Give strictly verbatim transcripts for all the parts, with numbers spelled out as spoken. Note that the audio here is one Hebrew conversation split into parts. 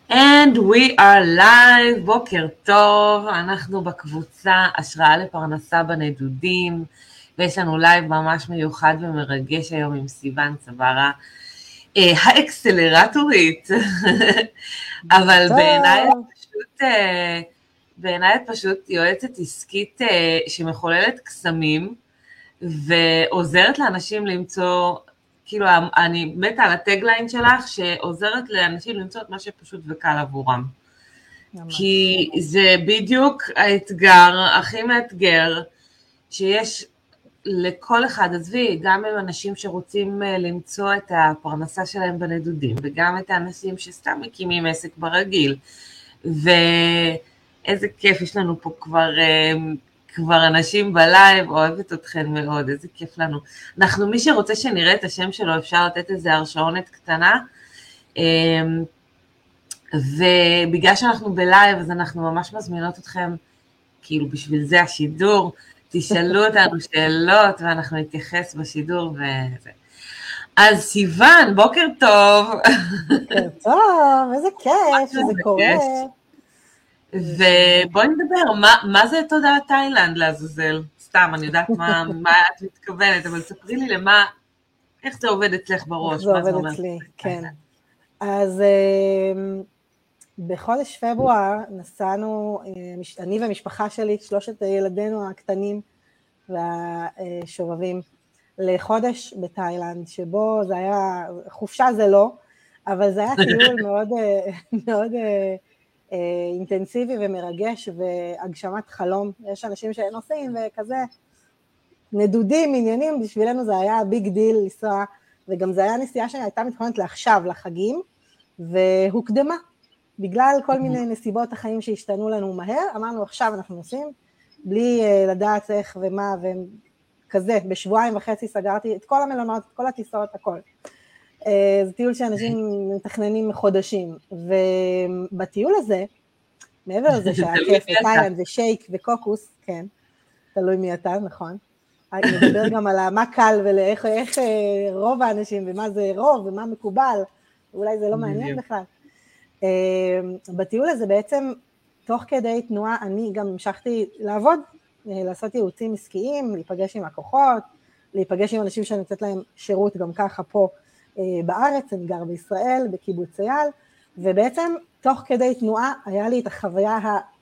And we are live, בוקר טוב, אנחנו בקבוצה השראה לפרנסה בנדודים, ויש לנו לייב ממש מיוחד ומרגש היום עם סיוון צברה, אה, האקסלרטורית, אבל בעיניי את פשוט, אה, בעיניי את פשוט יועצת עסקית אה, שמחוללת קסמים, ועוזרת לאנשים למצוא, כאילו אני מתה על הטגליין שלך, שעוזרת לאנשים למצוא את מה שפשוט וקל עבורם. כי זה בדיוק האתגר הכי מאתגר, שיש לכל אחד, עזבי, גם עם אנשים שרוצים למצוא את הפרנסה שלהם בנדודים, וגם את האנשים שסתם מקימים עסק ברגיל, ואיזה כיף, יש לנו פה כבר... כבר אנשים בלייב, אוהבת אתכן מאוד, איזה כיף לנו. אנחנו, מי שרוצה שנראה את השם שלו, אפשר לתת איזה הרשעונת קטנה, ובגלל שאנחנו בלייב, אז אנחנו ממש מזמינות אתכם, כאילו בשביל זה השידור, תשאלו אותנו שאלות, ואנחנו נתייחס בשידור, וזה. אז סיוון, בוקר טוב. בוקר טוב, איזה כיף שזה קורה. ובואי נדבר, מה, מה זה תודעת תאילנד לעזאזל? סתם, אני יודעת מה, מה את מתכוונת, אבל ספרי לי למה, איך זה עובד אצלך בראש? איך זה עובד זה אצלי, כן. אז בחודש פברואר נסענו, אני והמשפחה שלי, שלושת ילדינו הקטנים והשובבים, לחודש בתאילנד, שבו זה היה, חופשה זה לא, אבל זה היה טיול מאוד, מאוד, אינטנסיבי ומרגש והגשמת חלום. יש אנשים שאין עושים וכזה נדודים, עניינים, בשבילנו זה היה ביג דיל לנסוע, וגם זה היה נסיעה שהייתה מתכוננת לעכשיו, לחגים, והוקדמה. בגלל כל מיני נסיבות החיים שהשתנו לנו מהר, אמרנו עכשיו אנחנו נוסעים, בלי לדעת איך ומה, וכזה, בשבועיים וחצי סגרתי את כל המלונות, את כל הטיסות, הכל. זה טיול שאנשים מתכננים חודשים, ובטיול הזה, מעבר לזה שהכיף בתאילנד זה שייק וקוקוס, כן, תלוי מי אתה, נכון, נדבר גם על מה קל ואיך רוב האנשים, ומה זה רוב ומה מקובל, אולי זה לא מעניין בכלל. בטיול הזה בעצם, תוך כדי תנועה, אני גם המשכתי לעבוד, לעשות ייעוצים עסקיים, להיפגש עם לקוחות, להיפגש עם אנשים שאני נותנת להם שירות גם ככה פה, בארץ, אני גר בישראל, בקיבוץ אייל, ובעצם תוך כדי תנועה היה לי את החוויה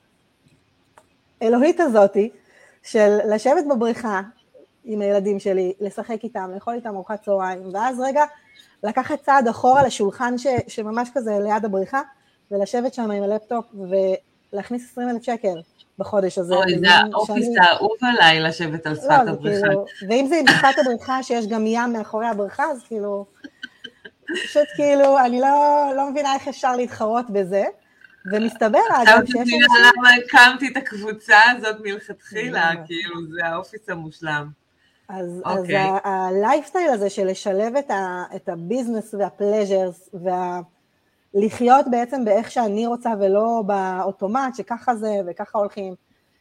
האלוהית הזאת, של לשבת בבריכה עם הילדים שלי, לשחק איתם, לאכול איתם ארוחת צהריים, ואז רגע לקחת צעד אחורה לשולחן ש, שממש כזה ליד הבריכה, ולשבת שם עם הלפטופ ולהכניס עשרים אלף שקל בחודש הזה. אוי, זה האופיס האהוב עליי לשבת על שפת לא, הבריכה. כאילו, ואם זה עם שפת הבריכה שיש גם ים מאחורי הבריכה, אז כאילו, פשוט כאילו, אני לא, לא מבינה איך אפשר להתחרות בזה, ומסתבר אגב שיש אנשים... למה הקמתי את הקבוצה הזאת מלכתחילה, כאילו זה האופיס המושלם. אז, אז הלייפסטייל הזה של לשלב את, ה, את הביזנס והפלז'רס, ולחיות בעצם באיך שאני רוצה ולא באוטומט, שככה זה וככה הולכים,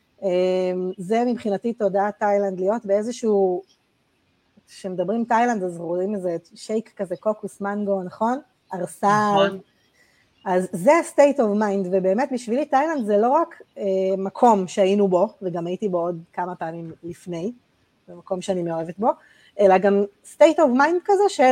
זה מבחינתי תודעת תאילנד, להיות באיזשהו, שמדברים תאילנד, אז רואים איזה שייק כזה, קוקוס, מנגו, נכון? ארסל. אז זה ה-state of mind, ובאמת בשבילי תאילנד זה לא רק אה, מקום שהיינו בו, וגם הייתי בו עוד כמה פעמים לפני, זה מקום שאני מאוהבת בו, אלא גם state of mind כזה של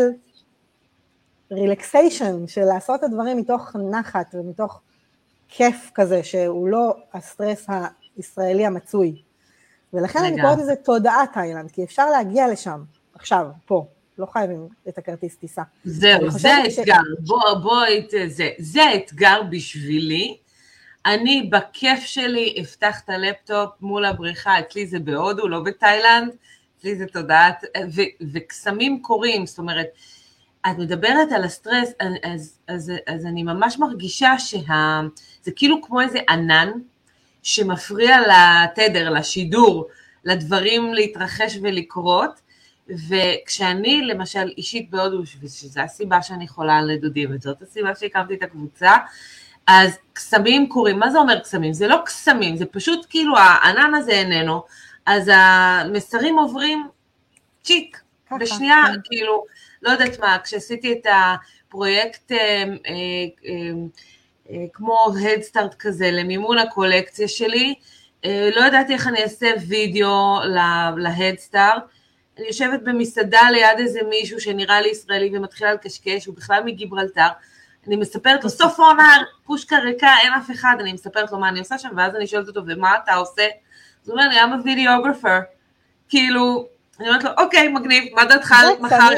relaxation, של לעשות את הדברים מתוך נחת ומתוך כיף כזה, שהוא לא הסטרס הישראלי המצוי. ולכן רגע. אני קוראת לזה תודעת תאילנד, כי אפשר להגיע לשם, עכשיו, פה. לא חייבים את הכרטיס טיסה. זהו, זה האתגר, ש... בוא, בואי, זה, זה האתגר בשבילי, אני בכיף שלי אפתח את הלפטופ מול הבריכה, אצלי זה בהודו, לא בתאילנד, אצלי זה תודעת, ו, וקסמים קורים, זאת אומרת, את מדברת על הסטרס, אז, אז, אז אני ממש מרגישה שזה כאילו כמו איזה ענן, שמפריע לתדר, לשידור, לדברים להתרחש ולקרות, וכשאני למשל אישית בהודו, ושזו הסיבה שאני יכולה על נדודים, וזאת הסיבה שהקמתי את הקבוצה, אז קסמים קורים. מה זה אומר קסמים? זה לא קסמים, זה פשוט כאילו הענן הזה איננו, אז המסרים עוברים צ'יק, בשנייה, כאילו, לא יודעת מה, כשעשיתי את הפרויקט כמו הדסטארט כזה, למימון הקולקציה שלי, לא ידעתי איך אני אעשה וידאו להדסטארט, אני יושבת במסעדה ליד איזה מישהו שנראה לי ישראלי ומתחילה לקשקש, הוא בכלל מגיברלטר, אני מספרת לו, סוף העונה, פושקה ריקה, אין אף אחד, אני מספרת לו מה אני עושה שם, ואז אני שואלת אותו, ומה אתה עושה? אז הוא אומר לי, I'm a videographer, כאילו, אני אומרת לו, אוקיי, מגניב, מה דעתך מחר?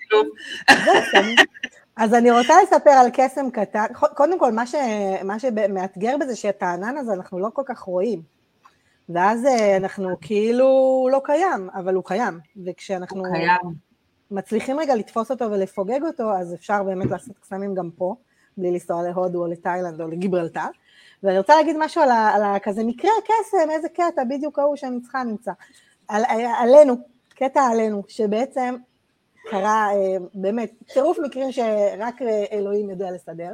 אז אני רוצה לספר על קסם קטן, קודם כל, מה שמאתגר בזה, שאת הענן הזה אנחנו לא כל כך רואים, ואז אנחנו כאילו לא קיים, אבל הוא קיים, וכשאנחנו מצליחים רגע לתפוס אותו ולפוגג אותו, אז אפשר באמת לעשות קסמים גם פה, בלי לנסוע להודו או לתאילנד או לגיברלטר, ואני רוצה להגיד משהו על, ה, על ה, כזה מקרה קסם, איזה קטע, בדיוק ההוא שאני צריכה נמצא, על, עלינו, קטע עלינו, שבעצם קרה באמת צירוף מקרים שרק אלוהים יודע לסדר.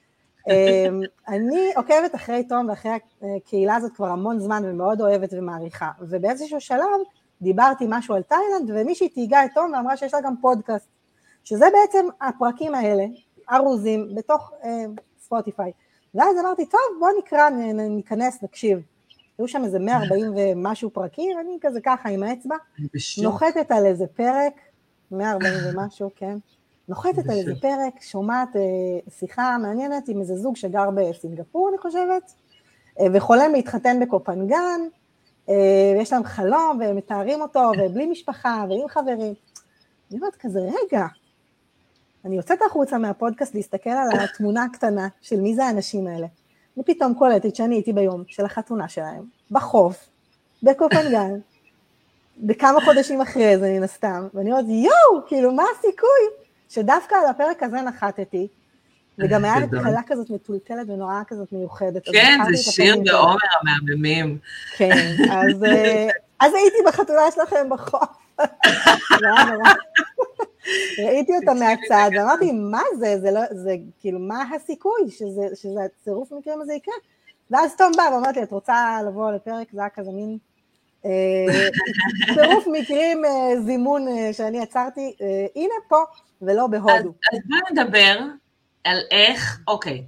אני עוקבת אחרי תום ואחרי הקהילה הזאת כבר המון זמן ומאוד אוהבת ומעריכה, ובאיזשהו שלב דיברתי משהו על תאילנד, ומישהי תהיגה את תום ואמרה שיש לה גם פודקאסט, שזה בעצם הפרקים האלה, ארוזים, בתוך ספוטיפיי. ואז אמרתי, טוב, בוא נקרא, ניכנס, נקשיב. היו שם איזה מאה וארבעים ומשהו פרקים, אני כזה ככה עם האצבע, נוחתת על איזה פרק, מאה וארבעים ומשהו, כן, נוחתת על איזה פרק, שומעת אה, שיחה מעניינת עם איזה זוג שגר בסינגפור, אני חושבת, אה, וחולם להתחתן בקופנגן, אה, ויש להם חלום, והם מתארים אותו, ובלי משפחה, ועם חברים. אני אומרת כזה, רגע, אני יוצאת החוצה מהפודקאסט להסתכל על התמונה הקטנה של מי זה האנשים האלה, ופתאום קולטת שאני הייתי ביום של החתונה שלהם, בחוף, בקופנגן, בכמה חודשים אחרי זה מן הסתם, ואני אומרת, יואו, כאילו מה הסיכוי שדווקא על הפרק הזה נחתתי, וגם היה קלה כזאת מטולטלת ונוראה כזאת מיוחדת. כן, זה שיר בעומר המהממים. כן, אז, אז הייתי בחתונה שלכם בחוף. זה היה נורא. ראיתי אותה מהצד, ואמרתי, מה זה? זה, לא, זה כאילו, מה הסיכוי שזה, שזה הצירוף מקרים הזה יקרה? ואז תום בא ואמרתי לי, את רוצה לבוא לפרק, זה היה כזה מין צירוף מקרים, זימון שאני עצרתי, הנה פה ולא בהודו. אז, אז בוא נדבר על איך, אוקיי,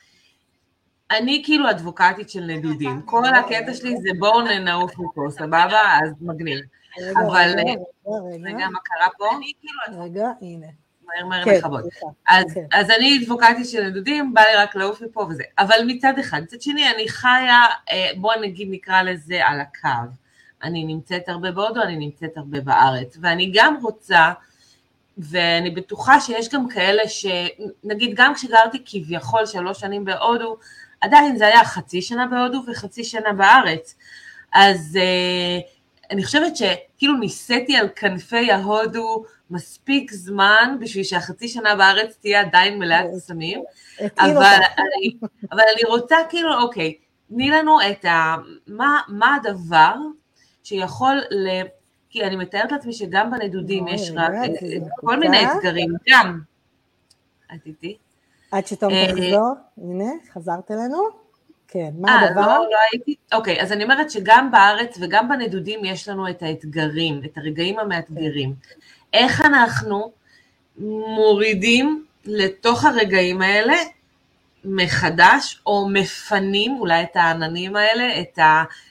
אני כאילו אדבוקטית של נדודים, כל הקטע שלי זה בואו נעוף מפה, סבבה? אז מגניב. אבל, רגע, מה קרה פה? רגע, הנה. מהר מהר לכבוד. אז אני אדבוקטית של נדודים, בא לי רק לעוף מפה וזה. אבל מצד אחד, מצד שני, אני חיה, בוא נגיד נקרא לזה על הקו. אני נמצאת הרבה בהודו, אני נמצאת הרבה בארץ, ואני גם רוצה, ואני בטוחה שיש גם כאלה שנגיד גם כשגרתי כביכול שלוש שנים בהודו, עדיין זה היה חצי שנה בהודו וחצי שנה בארץ, אז uh, אני חושבת שכאילו ניסיתי על כנפי ההודו מספיק זמן, בשביל שהחצי שנה בארץ תהיה עדיין מלאת קסמים, אבל, אני, אבל אני רוצה כאילו, אוקיי, תני לנו את ה... מה, מה הדבר שיכול ל... כי אני מתארת לעצמי שגם בנדודים יש רק כל מיני אתגרים, גם. את איתי? עד שתום תחזור, הנה, חזרת אלינו. כן, מה הדבר? לא, לא הייתי. אוקיי, אז אני אומרת שגם בארץ וגם בנדודים יש לנו את האתגרים, את הרגעים המאתגרים. איך אנחנו מורידים לתוך הרגעים האלה מחדש, או מפנים אולי את העננים האלה, את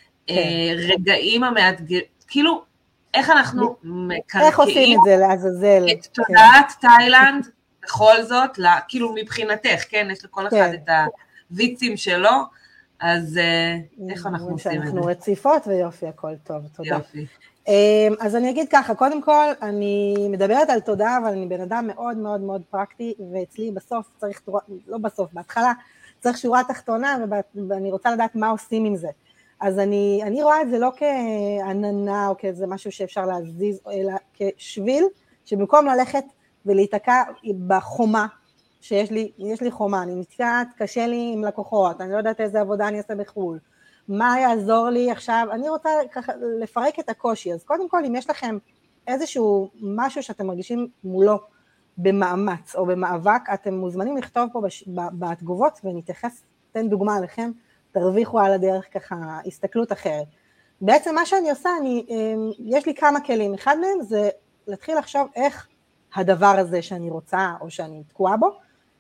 הרגעים המאתגרים, כאילו, איך אנחנו מקרקעים, איך עושים את זה לעזאזל, את תודעת תאילנד, בכל זאת, כאילו מבחינתך, כן, יש לכל אחד את הוויצים שלו, אז איך אנחנו עושים את זה? אנחנו רציפות ויופי, הכל טוב, תודה. יופי. אז אני אגיד ככה, קודם כל, אני מדברת על תודה, אבל אני בן אדם מאוד מאוד מאוד פרקטי, ואצלי בסוף צריך, לא בסוף, בהתחלה, צריך שורה תחתונה, ואני רוצה לדעת מה עושים עם זה. אז אני, אני רואה את זה לא כעננה, או כאיזה משהו שאפשר להזיז, אלא כשביל, שבמקום ללכת ולהיתקע בחומה, שיש לי, יש לי חומה, אני נתקעת, קשה לי עם לקוחות, אני לא יודעת איזה עבודה אני אעשה בחו"ל, מה יעזור לי עכשיו, אני רוצה ככה לפרק את הקושי, אז קודם כל אם יש לכם איזשהו משהו שאתם מרגישים מולו במאמץ או במאבק, אתם מוזמנים לכתוב פה בש... בתגובות ונתייחס, תן דוגמה עליכם, תרוויחו על הדרך ככה הסתכלות אחרת. בעצם מה שאני עושה, אני, יש לי כמה כלים, אחד מהם זה להתחיל לחשוב איך הדבר הזה שאני רוצה או שאני תקועה בו,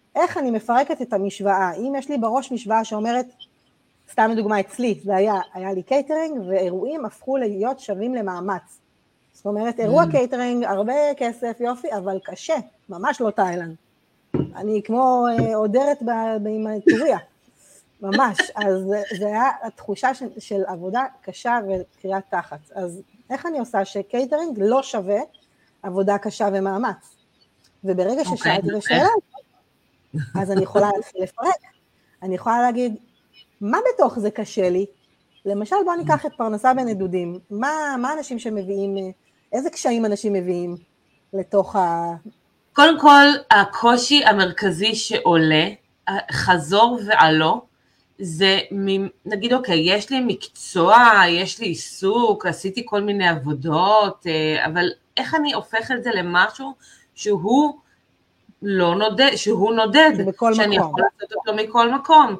איך אני מפרקת את המשוואה, אם יש לי בראש משוואה שאומרת, סתם לדוגמה אצלי, זה היה, היה לי קייטרינג, ואירועים הפכו להיות שווים למאמץ. זאת אומרת, אירוע קייטרינג, הרבה כסף, יופי, אבל קשה, ממש לא תאילנד. אני כמו עודרת עם טוריה, ממש. אז זה היה התחושה של, של עבודה קשה וקריאת תחת. אז איך אני עושה שקייטרינג לא שווה עבודה קשה ומאמץ? וברגע ששאלתי את השאלה, אז אני יכולה לפרק. אני יכולה להגיד, מה בתוך זה קשה לי? למשל, בוא ניקח את פרנסה בנדודים. מה, מה אנשים שמביאים, איזה קשיים אנשים מביאים לתוך ה... קודם כל, הקושי המרכזי שעולה, חזור ועלו, זה, נגיד, אוקיי, יש לי מקצוע, יש לי עיסוק, עשיתי כל מיני עבודות, אבל איך אני הופך את זה למשהו שהוא לא נודד, שהוא נודד, שאני מקום. יכול לעשות אותו מכל מקום.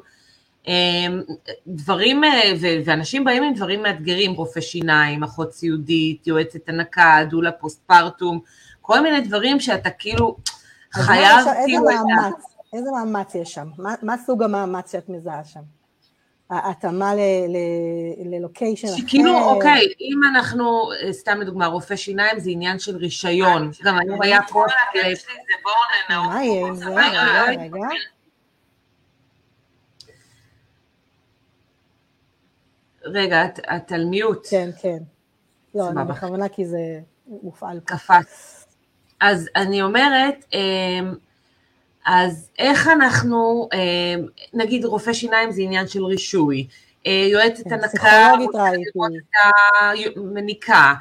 דברים, ואנשים באים עם דברים מאתגרים, רופא שיניים, אחות סיעודית, יועצת הנקה, דולה פוסט-פרטום, כל מיני דברים שאתה כאילו חייב... איזה מאמץ, איזה מאמץ יש שם? מה, מה סוג המאמץ שאת מזהה שם? ההתאמה ללוקיישן אחר? שכאילו, אוקיי, אם אנחנו, סתם לדוגמה, רופא שיניים זה עניין של רישיון, גם היום היה כל הכלב, זה בואו ננאו. מה יהיה עם זה? רגע, רגע. רגע, את על מיוט. כן, כן. לא, אני בכוונה כי זה מופעל. קפץ. אז אני אומרת, אז איך אנחנו, נגיד רופא שיניים זה עניין של רישוי, יועצת הנקה, מניקה,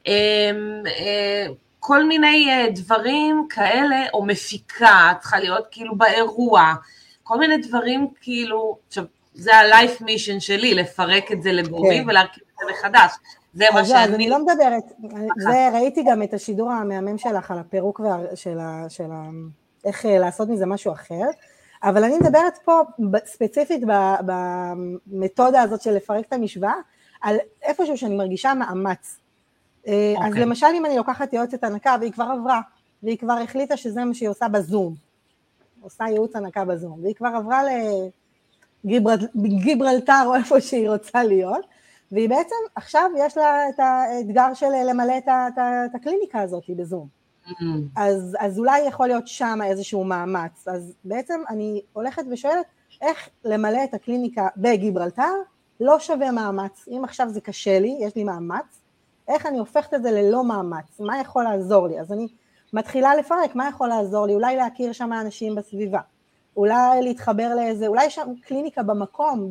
כל מיני דברים כאלה, או מפיקה, צריכה להיות כאילו באירוע, כל מיני דברים כאילו, עכשיו, זה ה-life mission שלי, לפרק את זה לגורמים ולהרכיב את זה מחדש. זה מה שאני... אז אני לא מדברת, זה ראיתי גם את השידור המהמם שלך על הפירוק של איך לעשות מזה משהו אחר, אבל אני מדברת פה ספציפית במתודה הזאת של לפרק את המשוואה, על איפשהו שאני מרגישה מאמץ. אז למשל אם אני לוקחת יועצת הנקה והיא כבר עברה, והיא כבר החליטה שזה מה שהיא עושה בזום, עושה ייעוץ הנקה בזום, והיא כבר עברה לגיברלטר או איפה שהיא רוצה להיות, והיא בעצם עכשיו יש לה את האתגר של למלא את, את, את הקליניקה הזאת בזום. Mm-hmm. אז, אז אולי יכול להיות שם איזשהו מאמץ. אז בעצם אני הולכת ושואלת איך למלא את הקליניקה בגיברלטר לא שווה מאמץ. אם עכשיו זה קשה לי, יש לי מאמץ, איך אני הופכת את זה ללא מאמץ? מה יכול לעזור לי? אז אני מתחילה לפרק, מה יכול לעזור לי? אולי להכיר שם אנשים בסביבה. אולי להתחבר לאיזה, אולי שם קליניקה במקום,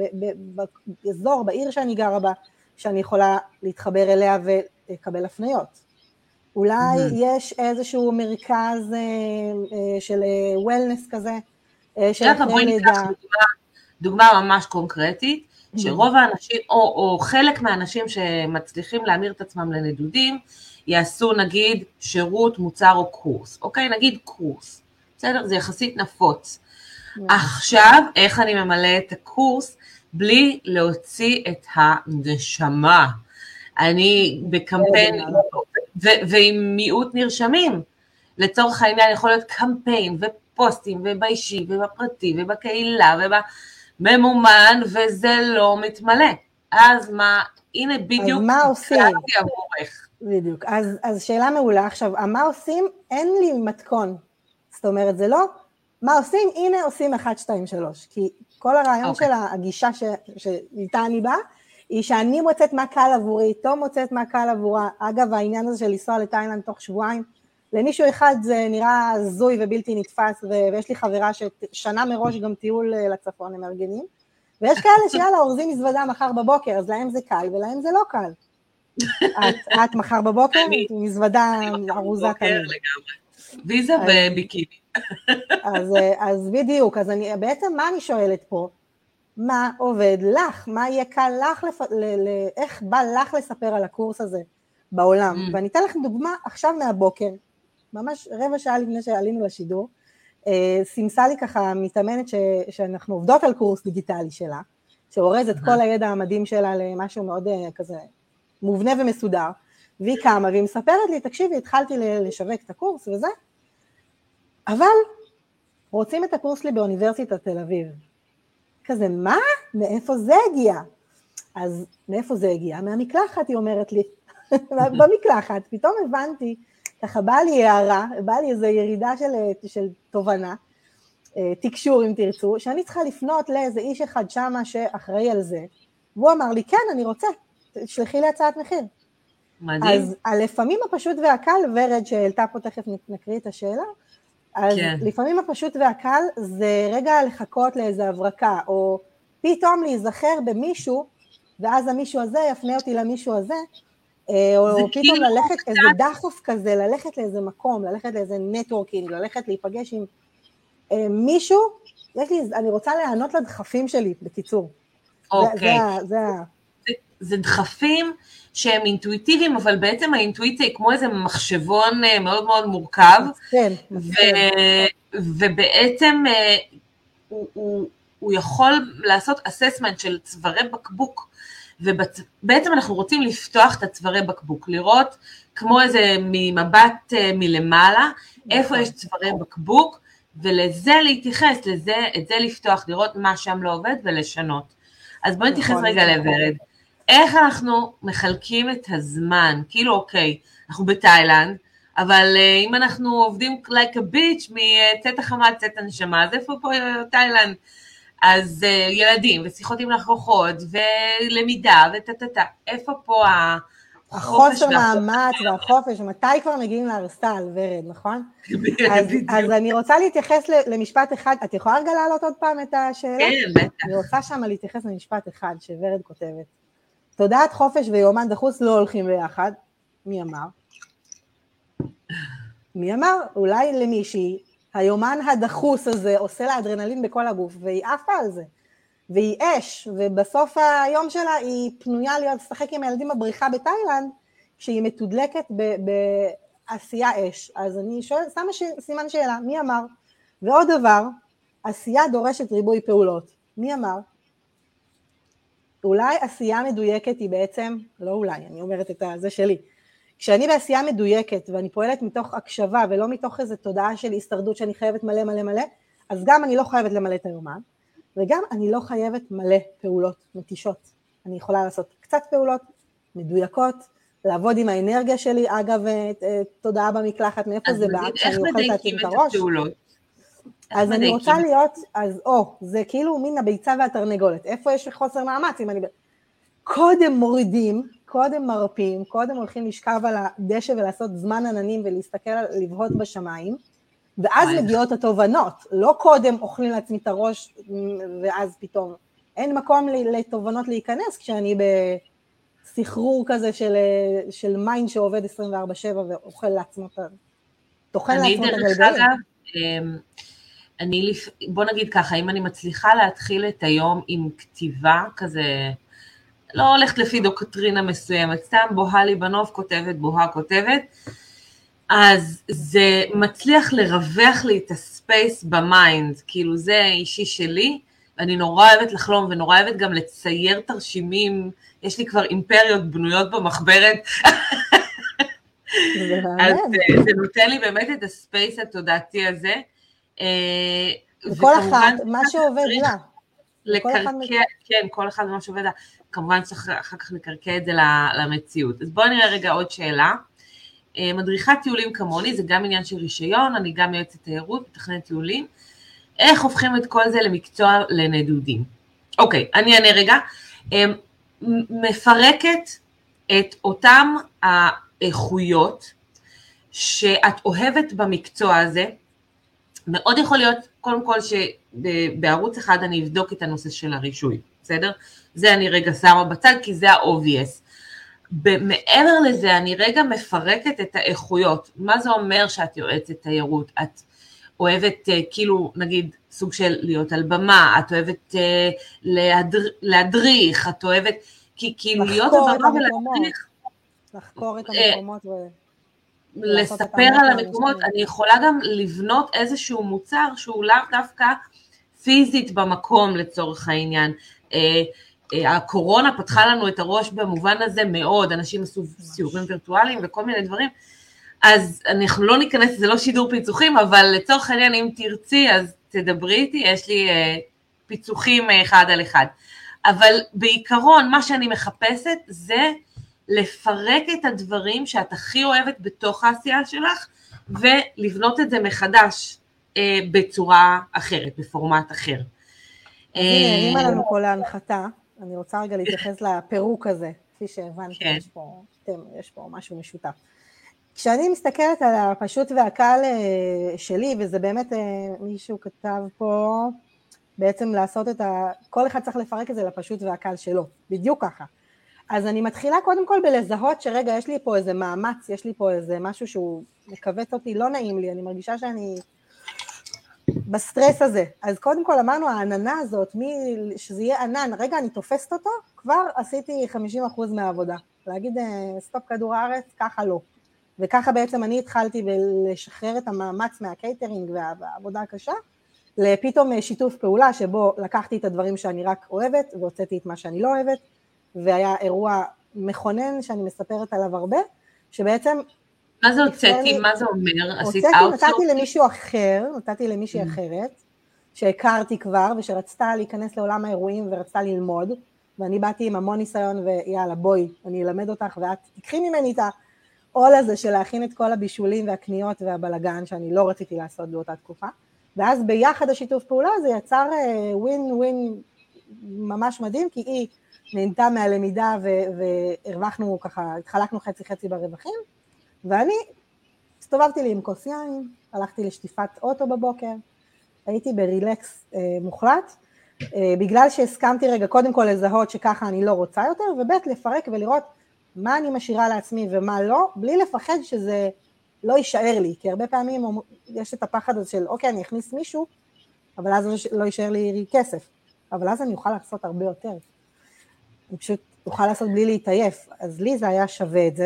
באזור, בעיר שאני גרה בה, שאני יכולה להתחבר אליה ולקבל הפניות. אולי mm-hmm. יש איזשהו מרכז אה, של וולנס כזה, אה, של אחרי לידה. דוגמה, דוגמה ממש קונקרטית, mm-hmm. שרוב האנשים, או, או חלק מהאנשים שמצליחים להמיר את עצמם לנדודים, יעשו נגיד שירות, מוצר או קורס. אוקיי, נגיד קורס. בסדר? זה יחסית נפוץ. עכשיו, איך אני ממלא את הקורס, בלי להוציא את הנשמה. אני בקמפיין, ועם מיעוט נרשמים. לצורך העניין יכול להיות קמפיין, ופוסטים, ובאישי, ובפרטי, ובקהילה, ובממומן, וזה לא מתמלא. אז מה, הנה בדיוק, אז מה עושים? עבורך. בדיוק, אז, אז שאלה מעולה. עכשיו, מה עושים? אין לי מתכון. זאת אומרת, זה לא... מה עושים? הנה עושים אחת, שתיים, שלוש, כי כל הרעיון okay. של הגישה ש, שאיתה אני באה, היא שאני מוצאת מה קל עבורי, תום מוצאת מה קל עבורה, אגב העניין הזה של לנסוע לתאילנד תוך שבועיים, למישהו אחד זה נראה זוי ובלתי נתפס, ויש לי חברה ששנה מראש גם טיול לצפון הם ארגנים, ויש כאלה שיאללה אורזים מזוודה מחר בבוקר, אז להם זה קל ולהם זה לא קל. את, את מחר בבוקר, מזוודה ארוזה תמיד. ויזה בביקיני. אז, אז בדיוק, אז אני, בעצם מה אני שואלת פה? מה עובד לך? מה יהיה קל לך, לפ... ל... ל... איך בא לך לספר על הקורס הזה בעולם? Mm. ואני אתן לכם דוגמה עכשיו מהבוקר, ממש רבע שעה לפני שעלינו לשידור, סימסה לי ככה מתאמנת ש... שאנחנו עובדות על קורס דיגיטלי שלה, שאורז את mm. כל הידע המדהים שלה למשהו מאוד כזה מובנה ומסודר, והיא קמה והיא מספרת לי, תקשיבי, התחלתי לשווק את הקורס וזה, אבל רוצים את הקורס שלי באוניברסיטת תל אביב. כזה, מה? מאיפה זה הגיע? אז מאיפה זה הגיע? מהמקלחת, היא אומרת לי. במקלחת, פתאום הבנתי, ככה באה לי הערה, באה לי איזו ירידה של, של תובנה, תקשור אם תרצו, שאני צריכה לפנות לאיזה איש אחד שמה שאחראי על זה, והוא אמר לי, כן, אני רוצה, שלחי לי הצעת מחיר. מדהים. אז הלפעמים הפשוט והקל, ורד שהעלתה פה תכף נקריא את השאלה, אז כן. לפעמים הפשוט והקל זה רגע לחכות לאיזו הברקה, או פתאום להיזכר במישהו, ואז המישהו הזה יפנה אותי למישהו הזה, או פתאום כאילו ללכת קצת... איזה דחוף כזה, ללכת לאיזה מקום, ללכת לאיזה נטוורקינג, ללכת להיפגש עם מישהו, יש לי, אני רוצה לענות לדחפים שלי, בקיצור. אוקיי. זה, זה, זה, זה דחפים שהם אינטואיטיביים, אבל בעצם האינטואיציה היא כמו איזה מחשבון מאוד מאוד מורכב, כן. ו, ובעצם הוא, הוא, הוא יכול לעשות אססמנט של צווארי בקבוק, ובעצם אנחנו רוצים לפתוח את הצווארי בקבוק, לראות כמו איזה ממבט מלמעלה, איפה יש צווארי בקבוק, ולזה להתייחס, לזה, את זה לפתוח, לראות מה שם לא עובד ולשנות. אז בואי נתייחס רגע לוורד. איך אנחנו מחלקים את הזמן? כאילו, אוקיי, אנחנו בתאילנד, אבל אם אנחנו עובדים like a bitch, מצאת החמה עד צאת הנשמה, אז איפה פה תאילנד? אז ילדים, ושיחות עם לקוחות, ולמידה, וטטטה. איפה פה החופש והמאמץ והחופש, מתי כבר מגיעים לארסל, ורד, נכון? אז, אז אני רוצה להתייחס למשפט אחד, את יכולה רגע להעלות עוד פעם את השאלה? כן, בטח. אני רוצה שם להתייחס למשפט אחד, שורד כותבת. תודעת חופש ויומן דחוס לא הולכים ביחד. מי אמר? מי אמר? אולי למישהי, היומן הדחוס הזה עושה לה אדרנלין בכל הגוף, והיא עפה על זה. והיא אש, ובסוף היום שלה היא פנויה להיות לשחק עם הילדים בבריכה בתאילנד, כשהיא מתודלקת בעשייה אש. אז אני שואל, שמה סימן שאלה, מי אמר? ועוד דבר, עשייה דורשת ריבוי פעולות. מי אמר? אולי עשייה מדויקת היא בעצם, לא אולי, אני אומרת את זה שלי, כשאני בעשייה מדויקת ואני פועלת מתוך הקשבה ולא מתוך איזו תודעה של הישרדות שאני חייבת מלא מלא מלא, אז גם אני לא חייבת למלא את היומן, וגם אני לא חייבת מלא פעולות מתישות. אני יכולה לעשות קצת פעולות מדויקות, לעבוד עם האנרגיה שלי, אגב, תודעה במקלחת, מאיפה זה בא, כשאני אוכלת להתאים את הראש. אז אני רוצה להיות, אז או, זה כאילו מין הביצה והתרנגולת, איפה יש חוסר מאמץ, אם אני... קודם מורידים, קודם מרפים, קודם הולכים לשכב על הדשא ולעשות זמן עננים ולהסתכל, לבהות בשמיים, ואז מגיעות התובנות, לא קודם אוכלים לעצמי את הראש, ואז פתאום, אין מקום לתובנות להיכנס, כשאני בסחרור כזה של, של מיינד שעובד עשרים וארבע שבע, ואוכל לעצמו, תאכל לעצמו את הגלגלים. אני, בוא נגיד ככה, אם אני מצליחה להתחיל את היום עם כתיבה כזה, לא הולכת לפי דוקטרינה מסוימת, סתם בוהה לי בנוף כותבת, בוהה כותבת, אז זה מצליח לרווח לי את הספייס במיינד, כאילו זה אישי שלי, ואני נורא אוהבת לחלום, ונורא אוהבת גם לצייר תרשימים, יש לי כבר אימפריות בנויות במחברת, אז זה נותן לי באמת את הספייס התודעתי הזה, וכל אחד, מה שעובד לה. לקרקע, כן, כל אחד מה שעובד לה, כמובן צריך אחר כך לקרקע את זה למציאות. אז בואו נראה רגע עוד שאלה. מדריכת טיולים כמוני, זה גם עניין של רישיון, אני גם יועצת תיירות, מתכננת טיולים. איך הופכים את כל זה למקצוע לנדודים? אוקיי, אני אענה רגע. מפרקת את אותם האיכויות שאת אוהבת במקצוע הזה, מאוד יכול להיות, קודם כל, שבערוץ אחד אני אבדוק את הנושא של הרישוי, בסדר? זה אני רגע שמה בצד, כי זה ה-obvious. מעבר לזה, אני רגע מפרקת את האיכויות. מה זה אומר שאת יועצת תיירות? את אוהבת, כאילו, נגיד, סוג של להיות על במה, את אוהבת להדר, להדריך, את אוהבת, כי כאילו להיות על במה ולהדריך. לחקור את המקומות ו... לספר על המקומות, אני יכולה גם לבנות איזשהו מוצר שהוא לאו דווקא פיזית במקום לצורך העניין. הקורונה פתחה לנו את הראש במובן הזה מאוד, אנשים עשו סיורים וירטואליים וכל מיני דברים, אז אנחנו לא ניכנס, זה לא שידור פיצוחים, אבל לצורך העניין אם תרצי, אז תדברי איתי, יש לי פיצוחים אחד על אחד. אבל בעיקרון, מה שאני מחפשת זה לפרק את הדברים שאת הכי אוהבת בתוך העשייה שלך, ולבנות את זה מחדש בצורה אחרת, בפורמט אחר. אז הנה, הרימה לנו פה להנחתה, אני רוצה רגע להתייחס לפירוק הזה, כפי שהבנתי, כן. יש פה, יש פה משהו משותף. כשאני מסתכלת על הפשוט והקל שלי, וזה באמת מישהו כתב פה, בעצם לעשות את ה... כל אחד צריך לפרק את זה לפשוט והקל שלו, בדיוק ככה. אז אני מתחילה קודם כל בלזהות שרגע, יש לי פה איזה מאמץ, יש לי פה איזה משהו שהוא מקווט אותי, לא נעים לי, אני מרגישה שאני בסטרס הזה. אז קודם כל אמרנו, העננה הזאת, מי... שזה יהיה ענן, רגע אני תופסת אותו, כבר עשיתי חמישים אחוז מהעבודה. להגיד, סטופ כדור הארץ, ככה לא. וככה בעצם אני התחלתי לשחרר את המאמץ מהקייטרינג והעבודה הקשה, לפתאום שיתוף פעולה שבו לקחתי את הדברים שאני רק אוהבת, והוצאתי את מה שאני לא אוהבת, והיה אירוע מכונן שאני מספרת עליו הרבה, שבעצם... מה זה הוצאתי? מה זה אומר? עשית הוצאתי, נתתי למישהו אחר, נתתי למישהי אחרת, שהכרתי כבר, ושרצתה להיכנס לעולם האירועים ורצתה ללמוד, ואני באתי עם המון ניסיון, ויאללה בואי, אני אלמד אותך, ואת תקחי ממני את העול הזה של להכין את כל הבישולים והקניות והבלגן, שאני לא רציתי לעשות באותה תקופה, ואז ביחד השיתוף פעולה זה יצר ווין ווין ממש מדהים, כי היא נהנתה מהלמידה והרווחנו ככה, התחלקנו חצי חצי ברווחים, ואני הסתובבתי לי עם כוס יין, הלכתי לשטיפת אוטו בבוקר, הייתי ברילקס אה, מוחלט, אה, בגלל שהסכמתי רגע קודם כל לזהות שככה אני לא רוצה יותר, ובית לפרק ולראות מה אני משאירה לעצמי ומה לא, בלי לפחד שזה לא יישאר לי, כי הרבה פעמים יש את הפחד הזה של אוקיי אני אכניס מישהו, אבל אז לא יישאר לי כסף, אבל אז אני אוכל לעשות הרבה יותר, אני פשוט אוכל לעשות בלי להתעייף, אז לי זה היה שווה את זה.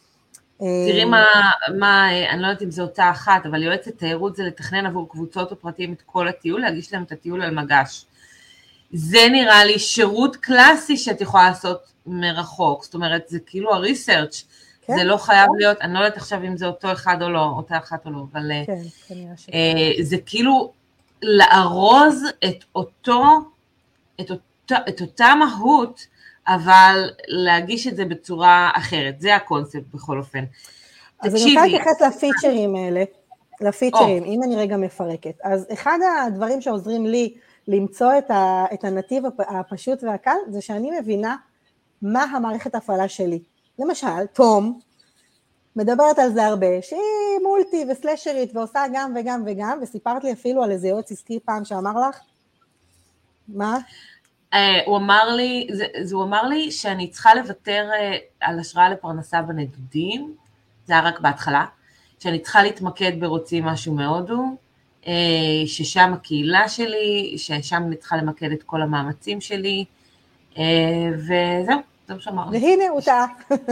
תראי מה, מה, אני לא יודעת אם זו אותה אחת, אבל יועצת תיירות זה לתכנן עבור קבוצות או פרטים את כל הטיול, להגיש להם את הטיול על מגש. זה נראה לי שירות קלאסי שאת יכולה לעשות מרחוק, זאת אומרת, זה כאילו הריסרצ', כן, זה לא חייב כן. להיות, אני לא יודעת עכשיו אם זה אותו אחד או לא, אותה אחת או לא, אבל כן, אה, זה כאילו לארוז את אותו, את אותה, את אותה מהות, אבל להגיש את זה בצורה אחרת, זה הקונספט בכל אופן. אז אני רוצה להתייחס לפיצ'רים האלה, לפיצ'רים, אם אני רגע מפרקת. אז אחד הדברים שעוזרים לי למצוא את, ה, את הנתיב הפשוט והקל, זה שאני מבינה מה המערכת ההפעלה שלי. למשל, תום מדברת על זה הרבה, שהיא מולטי וסלשרית ועושה גם וגם וגם, וסיפרת לי אפילו על איזה יועץ עסקי פעם שאמר לך, מה? הוא אמר לי, זה, זה הוא אמר לי שאני צריכה לוותר על השראה לפרנסה בנדודים, זה היה רק בהתחלה, שאני צריכה להתמקד ברוצים משהו מהודו, ששם הקהילה שלי, ששם אני צריכה למקד את כל המאמצים שלי, וזהו, זה מה שאמר לי. והנה הוא טעה.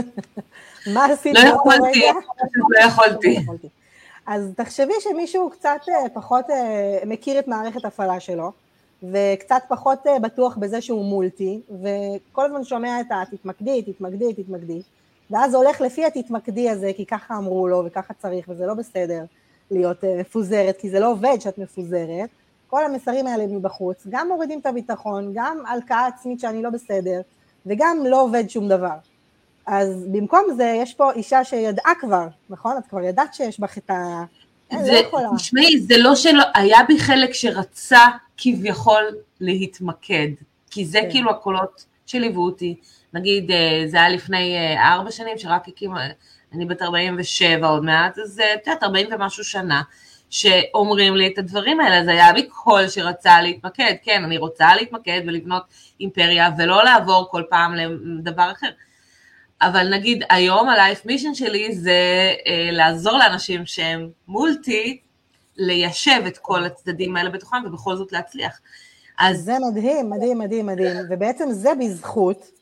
מה עשית? לא יכולתי, לא יכולתי. אז תחשבי שמישהו קצת פחות מכיר את מערכת הפעלה שלו, וקצת פחות בטוח בזה שהוא מולטי, וכל הזמן שומע את התתמקדי, תתמקדי, תתמקדי, ואז הולך לפי התתמקדי הזה, כי ככה אמרו לו וככה צריך, וזה לא בסדר להיות מפוזרת, כי זה לא עובד שאת מפוזרת, כל המסרים האלה מבחוץ, גם מורידים את הביטחון, גם הלקאה עצמית שאני לא בסדר, וגם לא עובד שום דבר. אז במקום זה יש פה אישה שידעה כבר, נכון? את כבר ידעת שיש בך את ה... תשמעי, זה לא שלא, היה בי חלק שרצה כביכול להתמקד, כי זה כאילו הקולות שליוו אותי, נגיד זה היה לפני ארבע שנים שרק הקים, אני בת ארבעים ושבע עוד מעט, אז את יודעת ארבעים ומשהו שנה, שאומרים לי את הדברים האלה, זה היה בי קול שרצה להתמקד, כן אני רוצה להתמקד ולבנות אימפריה, ולא לעבור כל פעם לדבר אחר, אבל נגיד היום הלייף מישן שלי זה אה, לעזור לאנשים שהם מולטי, ליישב את כל הצדדים האלה בתוכם ובכל זאת להצליח. אז זה מדהים, מדהים, מדהים, מדהים, ובעצם זה בזכות,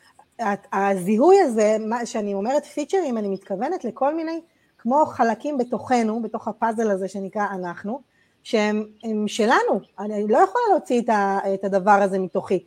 הזיהוי הזה, שאני אומרת פיצ'רים, אני מתכוונת לכל מיני, כמו חלקים בתוכנו, בתוך הפאזל הזה שנקרא אנחנו, שהם שלנו, אני לא יכולה להוציא את הדבר הזה מתוכי,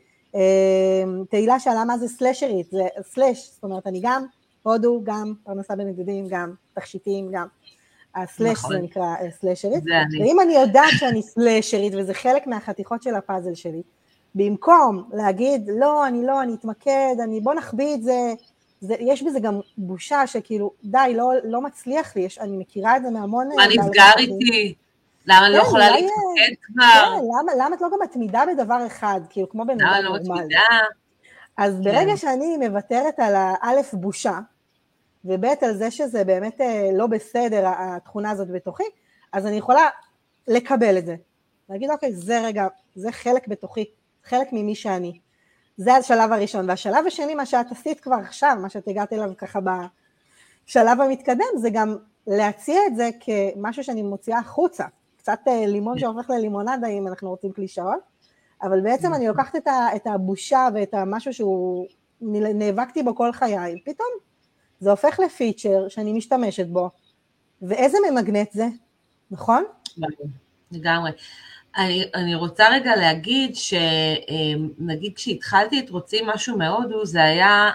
תהילה שאלה מה זה סלשרית, זה סלש, זאת אומרת אני גם הודו, גם פרנסה בנדודים, גם תכשיטים, גם, הסלש זה נקרא סלשרית, זה אני. ואם אני יודעת שאני סלשרית, וזה חלק מהחתיכות של הפאזל שלי, במקום להגיד, לא, אני לא, אני אתמקד, אני, בוא נחביא את זה, זה, יש בזה גם בושה שכאילו, די, לא, לא מצליח לי, יש, אני מכירה את זה מהמון... מה נסגר איתי? למה אני לא יכולה להתמקד כבר? כן, למה, למה את לא גם מתמידה בדבר אחד, כאילו כמו בן אדם נורמלי? למה לא מתמידה? אז ברגע שאני מוותרת על האלף בושה, וב' על זה שזה באמת לא בסדר, התכונה הזאת בתוכי, אז אני יכולה לקבל את זה. להגיד, אוקיי, זה רגע, זה חלק בתוכי, חלק ממי שאני. זה השלב הראשון. והשלב השני, מה שאת עשית כבר עכשיו, מה שאת הגעת אליו ככה בשלב המתקדם, זה גם להציע את זה כמשהו שאני מוציאה החוצה. קצת לימון שהופך ללימונדה, אם אנחנו רוצים קלישאות. אבל בעצם אני לוקחת את הבושה ואת המשהו שהוא, נאבקתי בו כל חיי, פתאום זה הופך לפיצ'ר שאני משתמשת בו, ואיזה ממגנט זה, נכון? לגמרי. אני, אני רוצה רגע להגיד שנגיד כשהתחלתי את רוצים משהו מהודו, זה היה,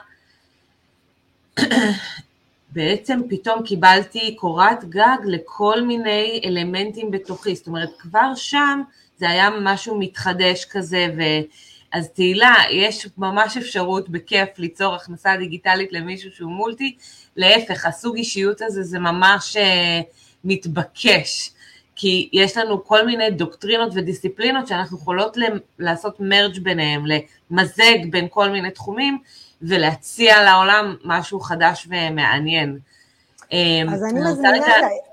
בעצם פתאום קיבלתי קורת גג לכל מיני אלמנטים בתוכי, זאת אומרת כבר שם זה היה משהו מתחדש כזה, ו... אז תהילה, יש ממש אפשרות בכיף ליצור הכנסה דיגיטלית למישהו שהוא מולטי, להפך, הסוג אישיות הזה זה ממש מתבקש, כי יש לנו כל מיני דוקטרינות ודיסציפלינות שאנחנו יכולות לעשות מרג' ביניהם, למזג בין כל מיני תחומים, ולהציע לעולם משהו חדש ומעניין. אז אני מזמינה,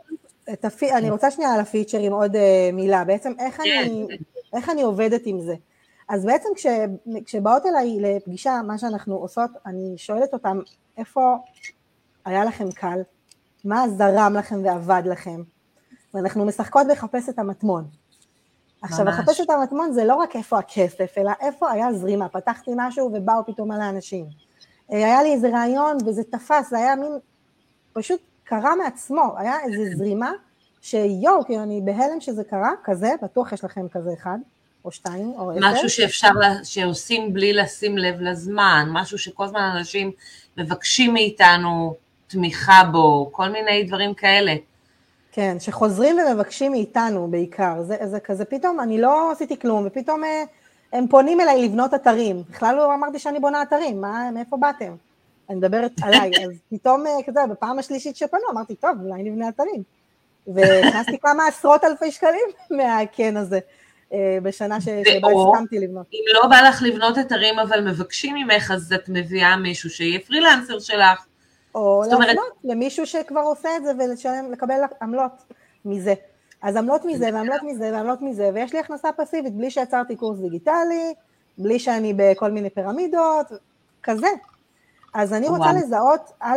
אני רוצה שנייה על הפיצ'רים עוד מילה, בעצם איך אני, איך אני עובדת עם זה? אז בעצם כש, כשבאות אליי לפגישה, מה שאנחנו עושות, אני שואלת אותם, איפה היה לכם קל? מה זרם לכם ועבד לכם? ואנחנו משחקות לחפש את המטמון. עכשיו, לחפש את המטמון זה לא רק איפה הכסף, אלא איפה היה זרימה. פתחתי משהו ובאו פתאום על האנשים. היה לי איזה רעיון וזה תפס, זה היה מין, פשוט קרה מעצמו, היה איזה זרימה, שיו, כי אני בהלם שזה קרה, כזה, בטוח יש לכם כזה אחד. או שתיים, או עשר. משהו שאפשר, שעושים בלי לשים לב לזמן, משהו שכל זמן אנשים מבקשים מאיתנו תמיכה בו, כל מיני דברים כאלה. כן, שחוזרים ומבקשים מאיתנו בעיקר, זה, זה כזה פתאום, אני לא עשיתי כלום, ופתאום הם פונים אליי לבנות אתרים, בכלל לא אמרתי שאני בונה אתרים, מה, מאיפה באתם? אני מדברת עליי, אז פתאום כזה, בפעם השלישית שפנו, אמרתי, טוב, אולי נבנה אתרים. והכנסתי כמה עשרות אלפי שקלים מהכן הזה. בשנה שבה הסכמתי לבנות. אם לא בא לך לבנות אתרים, אבל מבקשים ממך, אז את מביאה מישהו שיהיה פרילנסר שלך. או להפנות למישהו שכבר עושה את זה, ולקבל עמלות מזה. אז עמלות מזה, ועמלות מזה, ועמלות מזה, ויש לי הכנסה פסיבית, בלי שיצרתי קורס דיגיטלי, בלי שאני בכל מיני פירמידות, כזה. אז אני רוצה לזהות, א',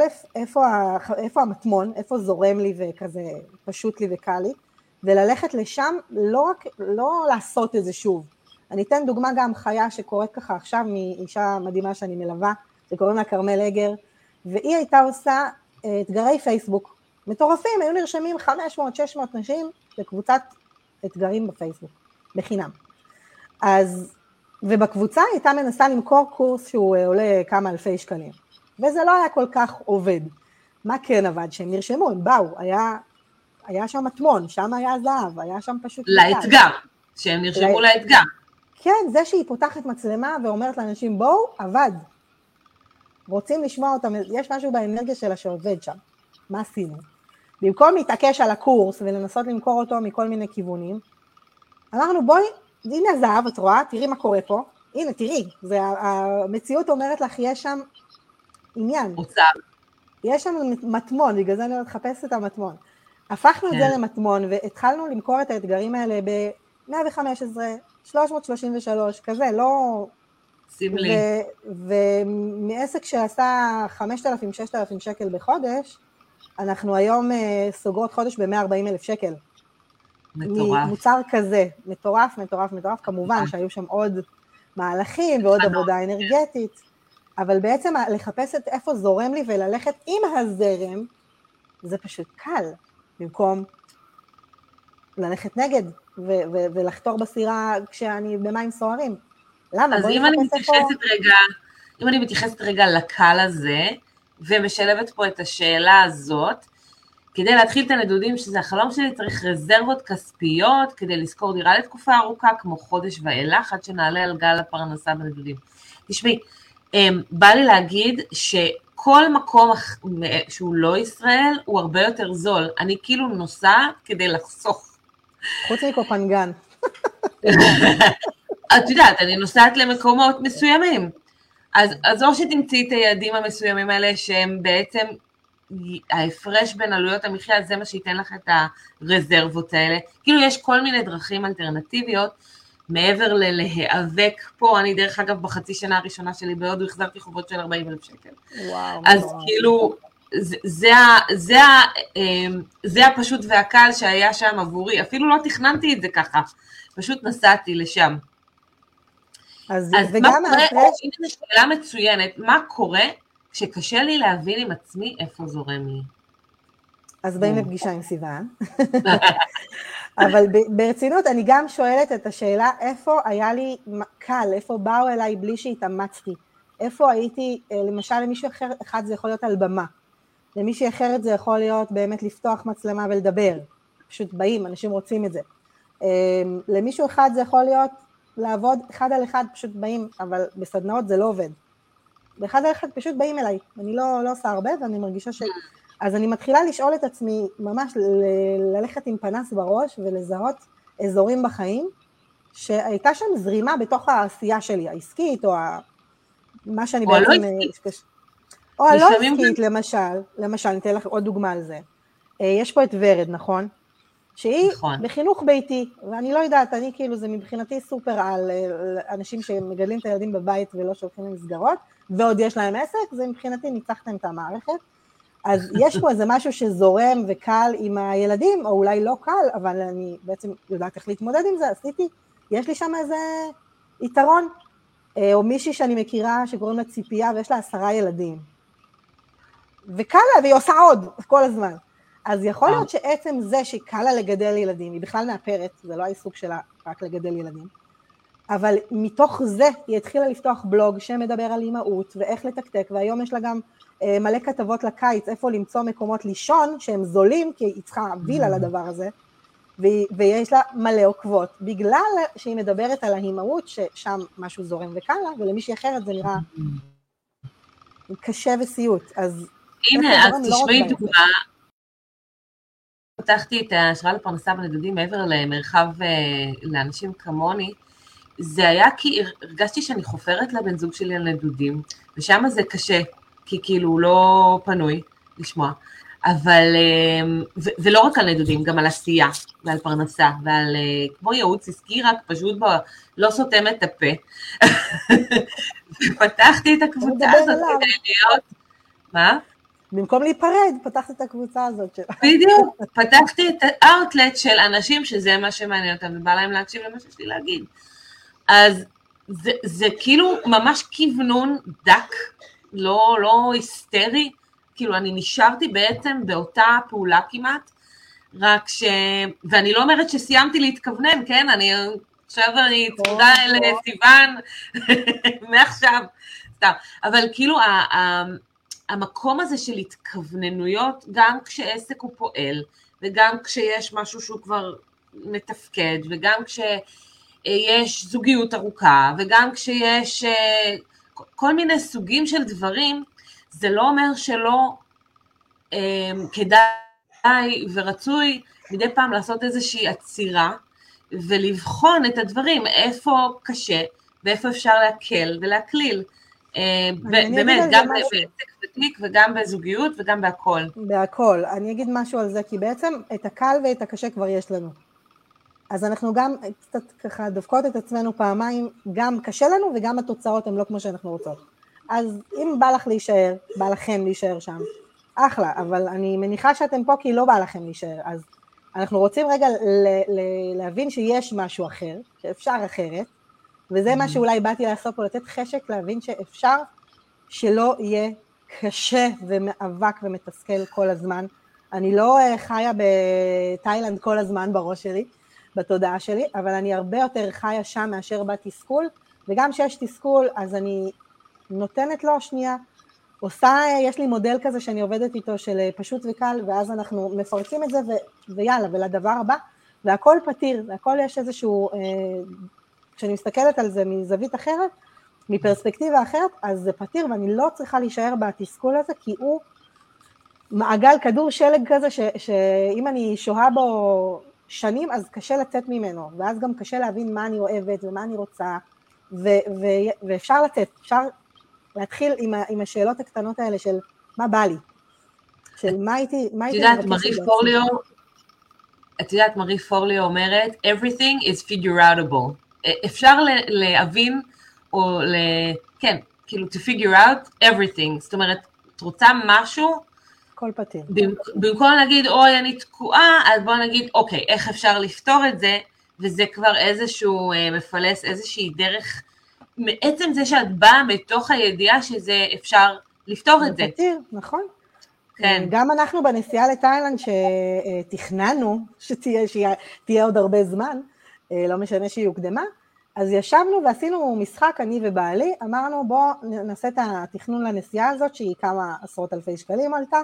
איפה המטמון, איפה זורם לי וכזה פשוט לי וקל לי, וללכת לשם, לא רק, לא לעשות את זה שוב. אני אתן דוגמה גם חיה שקורית ככה עכשיו, מאישה מדהימה שאני מלווה, שקוראים לה כרמל אגר, והיא הייתה עושה אתגרי פייסבוק, מטורפים, היו נרשמים חמש מאות שש מאות נשים לקבוצת אתגרים בפייסבוק, בחינם. אז, ובקבוצה היא הייתה מנסה למכור קורס שהוא עולה כמה אלפי שקלים, וזה לא היה כל כך עובד. מה כן עבד? שהם נרשמו, הם באו, היה... היה שם מטמון, שם היה זהב, היה שם פשוט... לאתגר, שהם נרשמו לאתגר. כן, זה שהיא פותחת מצלמה ואומרת לאנשים, בואו, עבד. רוצים לשמוע אותם, יש משהו באנרגיה שלה שעובד שם. מה עשינו? במקום להתעקש על הקורס ולנסות למכור אותו מכל מיני כיוונים, אמרנו, בואי, הנה הזהב, את רואה, תראי מה קורה פה. הנה, תראי, זה, המציאות אומרת לך, יש שם עניין. מוצר. יש שם מטמון, בגלל זה אני אומרת, חפש את המטמון. הפכנו את זה למטמון, והתחלנו למכור את האתגרים האלה ב-מאה וחמש עשרה, שלוש מאות שלושים ושלוש, כזה, לא... שים לי. ומעסק שעשה חמשת אלפים ששת אלפים שקל בחודש, אנחנו היום סוגרות חודש ב-מאה וארבעים אלף שקל. מטורף. מוצר כזה, מטורף, מטורף, מטורף, כמובן שהיו שם עוד מהלכים ועוד עבודה אנרגטית, אבל בעצם לחפש את איפה זורם לי וללכת עם הזרם, זה פשוט קל, במקום ללכת נגד ו- ו- ולחתור בסירה כשאני במים סוערים. למה? אז אם אני מתייחסת רגע, אם אני מתייחסת רגע לקל הזה, ומשלבת פה את השאלה הזאת, כדי להתחיל את הנדודים, שזה החלום שלי, צריך רזרבות כספיות, כדי לזכור דירה לתקופה ארוכה, כמו חודש ואילך, עד שנעלה על גל הפרנסה בנדודים. תשמעי, בא לי להגיד שכל מקום שהוא לא ישראל, הוא הרבה יותר זול. אני כאילו נוסעת כדי לחסוך. חוץ מקופנגן. את יודעת, אני נוסעת למקומות מסוימים. אז, אז או שתמצאי את היעדים המסוימים האלה, שהם בעצם, ההפרש בין עלויות המחיה, זה מה שייתן לך את הרזרבות האלה. כאילו יש כל מיני דרכים אלטרנטיביות, מעבר ללהיאבק פה, אני דרך אגב בחצי שנה הראשונה שלי בהודו, החזרתי חובות של ארבעים אלף שקל. וואו. אז וואו. כאילו, זה, זה, זה, זה הפשוט והקל שהיה שם עבורי, אפילו לא תכננתי את זה ככה, פשוט נסעתי לשם. אז, אז וגם מה קורה, ההפרש... הנה זו שאלה מצוינת, מה קורה כשקשה לי להבין עם עצמי איפה זורם לי? אז באים לפגישה עם סיוון. אבל ברצינות אני גם שואלת את השאלה, איפה היה לי קל, איפה באו אליי בלי שהתאמצתי, איפה הייתי, למשל למישהו אחר, אחד זה יכול להיות על במה, למישהו אחרת זה יכול להיות באמת לפתוח מצלמה ולדבר, פשוט באים, אנשים רוצים את זה. למישהו אחד זה יכול להיות לעבוד אחד על אחד, פשוט באים, אבל בסדנאות זה לא עובד. באחד על אחד פשוט באים אליי, אני לא, לא עושה הרבה ואני מרגישה ש... אז אני מתחילה לשאול את עצמי, ממש ל- ללכת עם פנס בראש ולזהות אזורים בחיים, שהייתה שם זרימה בתוך העשייה שלי, העסקית, או ה... מה שאני או בעצם... הלא עסקית. או הלא לפעמים עסקית, גם- למשל, למשל, אני אתן לך עוד דוגמה על זה. יש פה את ורד, נכון? שהיא נכון. בחינוך ביתי, ואני לא יודעת, אני כאילו, זה מבחינתי סופר על אנשים שמגדלים את הילדים בבית ולא שולחים למסגרות, ועוד יש להם עסק, זה מבחינתי ניצחתם את המערכת. אז יש פה איזה משהו שזורם וקל עם הילדים, או אולי לא קל, אבל אני בעצם יודעת איך להתמודד עם זה, עשיתי, יש לי שם איזה יתרון, או מישהי שאני מכירה שקוראים לה ציפייה, ויש לה עשרה ילדים, וקל לה, והיא עושה עוד כל הזמן. אז יכול להיות שעצם זה שקל לה לגדל ילדים, היא בכלל מאפרת, זה לא העיסוק שלה רק לגדל ילדים, אבל מתוך זה היא התחילה לפתוח בלוג שמדבר על אימהות ואיך לתקתק, והיום יש לה גם מלא כתבות לקיץ, איפה למצוא מקומות לישון שהם זולים, כי היא צריכה וילה לדבר הזה, ויש לה מלא עוקבות, בגלל שהיא מדברת על האימהות, ששם משהו זורם וקל לה, ולמישהי אחרת זה נראה קשה וסיוט. אז הנה, אז תשמעי דוגמה, פתחתי את ההשראה לפרנסה בנדודים מעבר למרחב לאנשים כמוני, זה היה כי הרגשתי שאני חופרת לבן זוג שלי על נדודים, ושם זה קשה, כי כאילו הוא לא פנוי לשמוע, אבל, ו- ולא רק על נדודים, גם על עשייה, ועל פרנסה, ועל כמו ייעוץ עסקי, רק פשוט בו, לא סותם את הפה, ופתחתי את הקבוצה הזאת כדי להיות, מה? במקום להיפרד, פתחת את הקבוצה הזאת שלה. בדיוק, פתחתי את האוטלט של אנשים שזה מה שמעניין אותם, ובא להם להקשיב למה שיש לי להגיד. אז זה, זה כאילו ממש כיוונון דק, לא, לא היסטרי, כאילו אני נשארתי בעצם באותה פעולה כמעט, רק ש... ואני לא אומרת שסיימתי להתכוונן, כן? אני עכשיו אני צמודה לסיוון, מעכשיו, סתם. אבל כאילו ה, ה, המקום הזה של התכווננויות, גם כשעסק הוא פועל, וגם כשיש משהו שהוא כבר מתפקד, וגם כשיש זוגיות ארוכה, וגם כשיש כל מיני סוגים של דברים, זה לא אומר שלא אה, כדאי ורצוי מדי פעם לעשות איזושהי עצירה, ולבחון את הדברים, איפה קשה, ואיפה אפשר להקל ולהקליל. אה, באמת, גם בעסק ותיק, וגם בזוגיות, וגם בהכל. בהכל. אני אגיד משהו על זה, כי בעצם את הקל ואת הקשה כבר יש לנו. אז אנחנו גם קצת ככה דופקות את עצמנו פעמיים, גם קשה לנו וגם התוצאות הן לא כמו שאנחנו רוצות. אז אם בא לך להישאר, בא לכם להישאר שם, אחלה, אבל אני מניחה שאתם פה כי לא בא לכם להישאר, אז אנחנו רוצים רגע ל- ל- להבין שיש משהו אחר, שאפשר אחרת, וזה מה שאולי באתי לעשות פה, לתת חשק להבין שאפשר שלא יהיה קשה ומאבק ומתסכל כל הזמן. אני לא חיה בתאילנד כל הזמן בראש שלי, בתודעה שלי, אבל אני הרבה יותר חיה שם מאשר בתסכול, וגם שיש תסכול, אז אני נותנת לו שנייה עושה, יש לי מודל כזה שאני עובדת איתו של פשוט וקל, ואז אנחנו מפרקים את זה ו- ויאללה, ולדבר הבא, והכל פתיר, והכל יש איזשהו, אה, כשאני מסתכלת על זה מזווית אחרת, מפרספקטיבה אחרת, אז זה פתיר, ואני לא צריכה להישאר בתסכול הזה, כי הוא מעגל כדור שלג כזה, ש, שאם אני שוהה בו שנים, אז קשה לצאת ממנו, ואז גם קשה להבין מה אני אוהבת ומה אני רוצה, ו, ו, ואפשר לצאת, אפשר להתחיל עם, ה, עם השאלות הקטנות האלה של מה בא לי, של מה הייתי, מה הייתי מבקשת בעצמי. את יודעת, מרי פורליו אומרת, everything is figure outable. אפשר להבין, או ל... כן, כאילו, to figure out everything. זאת אומרת, את רוצה משהו, כל פתיר. במקום להגיד, אוי, אני תקועה, אז בוא נגיד, אוקיי, איך אפשר לפתור את זה, וזה כבר איזשהו מפלס, איזושהי דרך, מעצם זה שאת באה מתוך הידיעה שזה אפשר לפתור את זה. זה פתיר, נכון. כן. גם אנחנו בנסיעה לתאילנד שתכננו, שתהיה, שתהיה עוד הרבה זמן, לא משנה שהיא הוקדמה, אז ישבנו ועשינו משחק, אני ובעלי, אמרנו בוא נעשה את התכנון לנסיעה הזאת, שהיא כמה עשרות אלפי שקלים עלתה,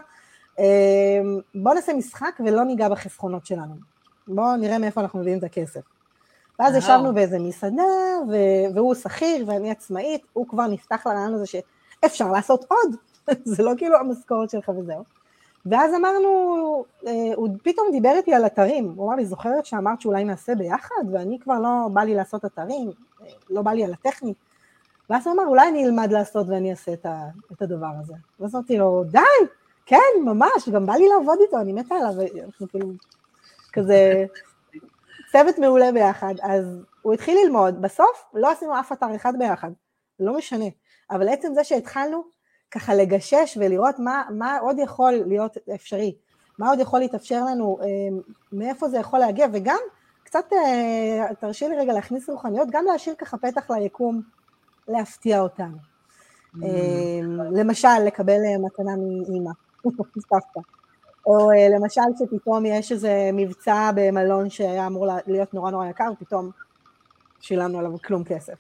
בוא נעשה משחק ולא ניגע בחסכונות שלנו, בוא נראה מאיפה אנחנו מביאים את הכסף. ואז ישבנו באיזה מסעדה, והוא שכיר ואני עצמאית, הוא כבר נפתח לרעיון הזה שאפשר לעשות עוד, זה לא כאילו המשכורת שלך וזהו. ואז אמרנו, הוא פתאום דיבר איתי על אתרים, הוא אמר לי, זוכרת שאמרת שאולי נעשה ביחד, ואני כבר לא בא לי לעשות אתרים, לא בא לי על הטכני. ואז הוא אמר, אולי אני אלמד לעשות ואני אעשה את הדבר הזה. ואז אמרתי לו, די, כן, ממש, גם בא לי לעבוד איתו, אני מתה עליו, ואנחנו כאילו כזה צוות מעולה ביחד. אז הוא התחיל ללמוד, בסוף לא עשינו אף אתר אחד ביחד, לא משנה, אבל עצם זה שהתחלנו, ככה לגשש ולראות מה, מה עוד יכול להיות אפשרי, מה עוד יכול להתאפשר לנו, מאיפה זה יכול להגיע, וגם קצת, תרשי לי רגע להכניס רוחניות, גם להשאיר ככה פתח ליקום, להפתיע אותנו. Mm. למשל, לקבל מתנה מאמא, סבתא, או למשל שפתאום יש איזה מבצע במלון שהיה אמור להיות נורא נורא יקר, ופתאום שילמנו עליו כלום כסף.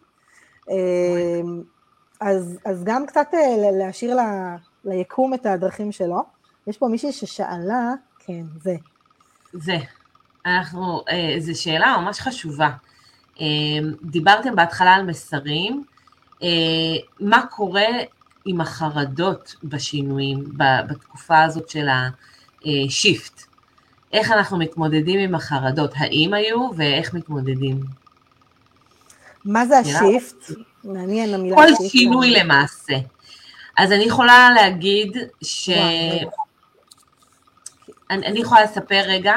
אז, אז גם קצת להשאיר ל, ליקום את הדרכים שלו. יש פה מישהי ששאלה, כן, זה. זה. אנחנו, זו שאלה ממש חשובה. דיברתם בהתחלה על מסרים, מה קורה עם החרדות בשינויים, בתקופה הזאת של השיפט? איך אנחנו מתמודדים עם החרדות? האם היו ואיך מתמודדים? מה זה השיפט? מעניין המילה כל שינוי למעשה. אז אני יכולה להגיד ש... אני יכולה לספר רגע,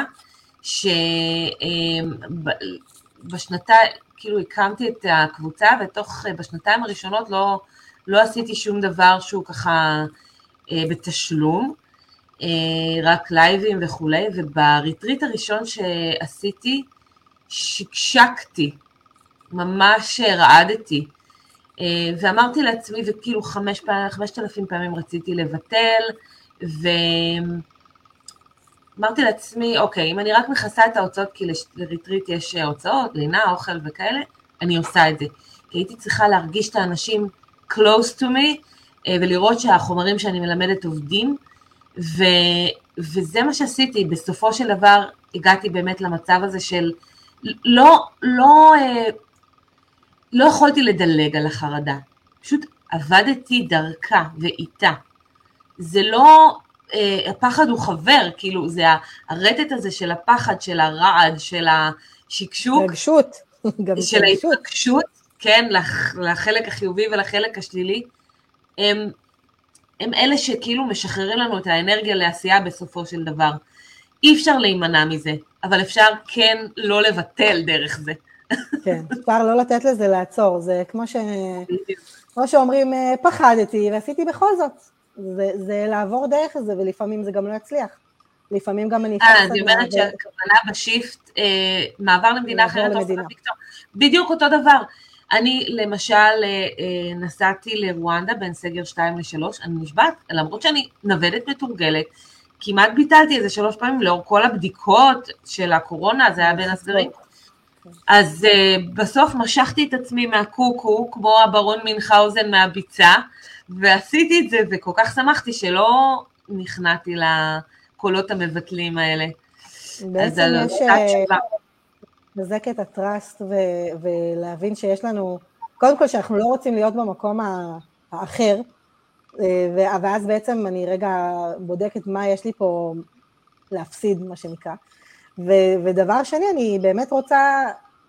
שבשנתיים, כאילו הקמתי את הקבוצה, ותוך, בשנתיים הראשונות לא, לא עשיתי שום דבר שהוא ככה בתשלום, רק לייבים וכולי, ובריטריט הראשון שעשיתי, שקשקתי, ממש רעדתי, ואמרתי לעצמי, וכאילו חמש פעמים, חמשת אלפים פעמים רציתי לבטל, ואמרתי לעצמי, אוקיי, אם אני רק מכסה את ההוצאות, כי לריטריט יש הוצאות, לינה, אוכל וכאלה, אני עושה את זה. כי הייתי צריכה להרגיש את האנשים close to me, ולראות שהחומרים שאני מלמדת עובדים, ו, וזה מה שעשיתי. בסופו של דבר הגעתי באמת למצב הזה של לא, לא, לא יכולתי לדלג על החרדה, פשוט עבדתי דרכה ואיתה. זה לא, הפחד הוא חבר, כאילו זה הרטט הזה של הפחד, של הרעד, של השקשוק, התרגשות, של ההתרגשות, כן, לחלק החיובי ולחלק השלילי, הם, הם אלה שכאילו משחררים לנו את האנרגיה לעשייה בסופו של דבר. אי אפשר להימנע מזה, אבל אפשר כן לא לבטל דרך זה. כן, אפשר לא לתת לזה לעצור, זה כמו, ש... כמו שאומרים, פחדתי ועשיתי בכל זאת, זה, זה לעבור דרך זה, ולפעמים זה גם לא יצליח, לפעמים גם אני... אה, אני אומרת שהכוונה בשיפט, מעבר למדינה אחרת, בדיוק אותו דבר. אני למשל נסעתי לרואנדה בין סגר שתיים לשלוש, אני נשבעת, למרות שאני נוודת מתורגלת, כמעט ביטלתי איזה שלוש פעמים לאור כל הבדיקות של הקורונה, זה היה בין הסגרים. אז uh, בסוף משכתי את עצמי מהקוקו, כמו הברון מינכאוזן מהביצה, ועשיתי את זה, וכל כך שמחתי שלא נכנעתי לקולות המבטלים האלה. בעצם יש לזק את הטראסט ולהבין שיש לנו, קודם כל שאנחנו לא רוצים להיות במקום האחר, ואז בעצם אני רגע בודקת מה יש לי פה להפסיד, מה שנקרא. ודבר שני, אני באמת רוצה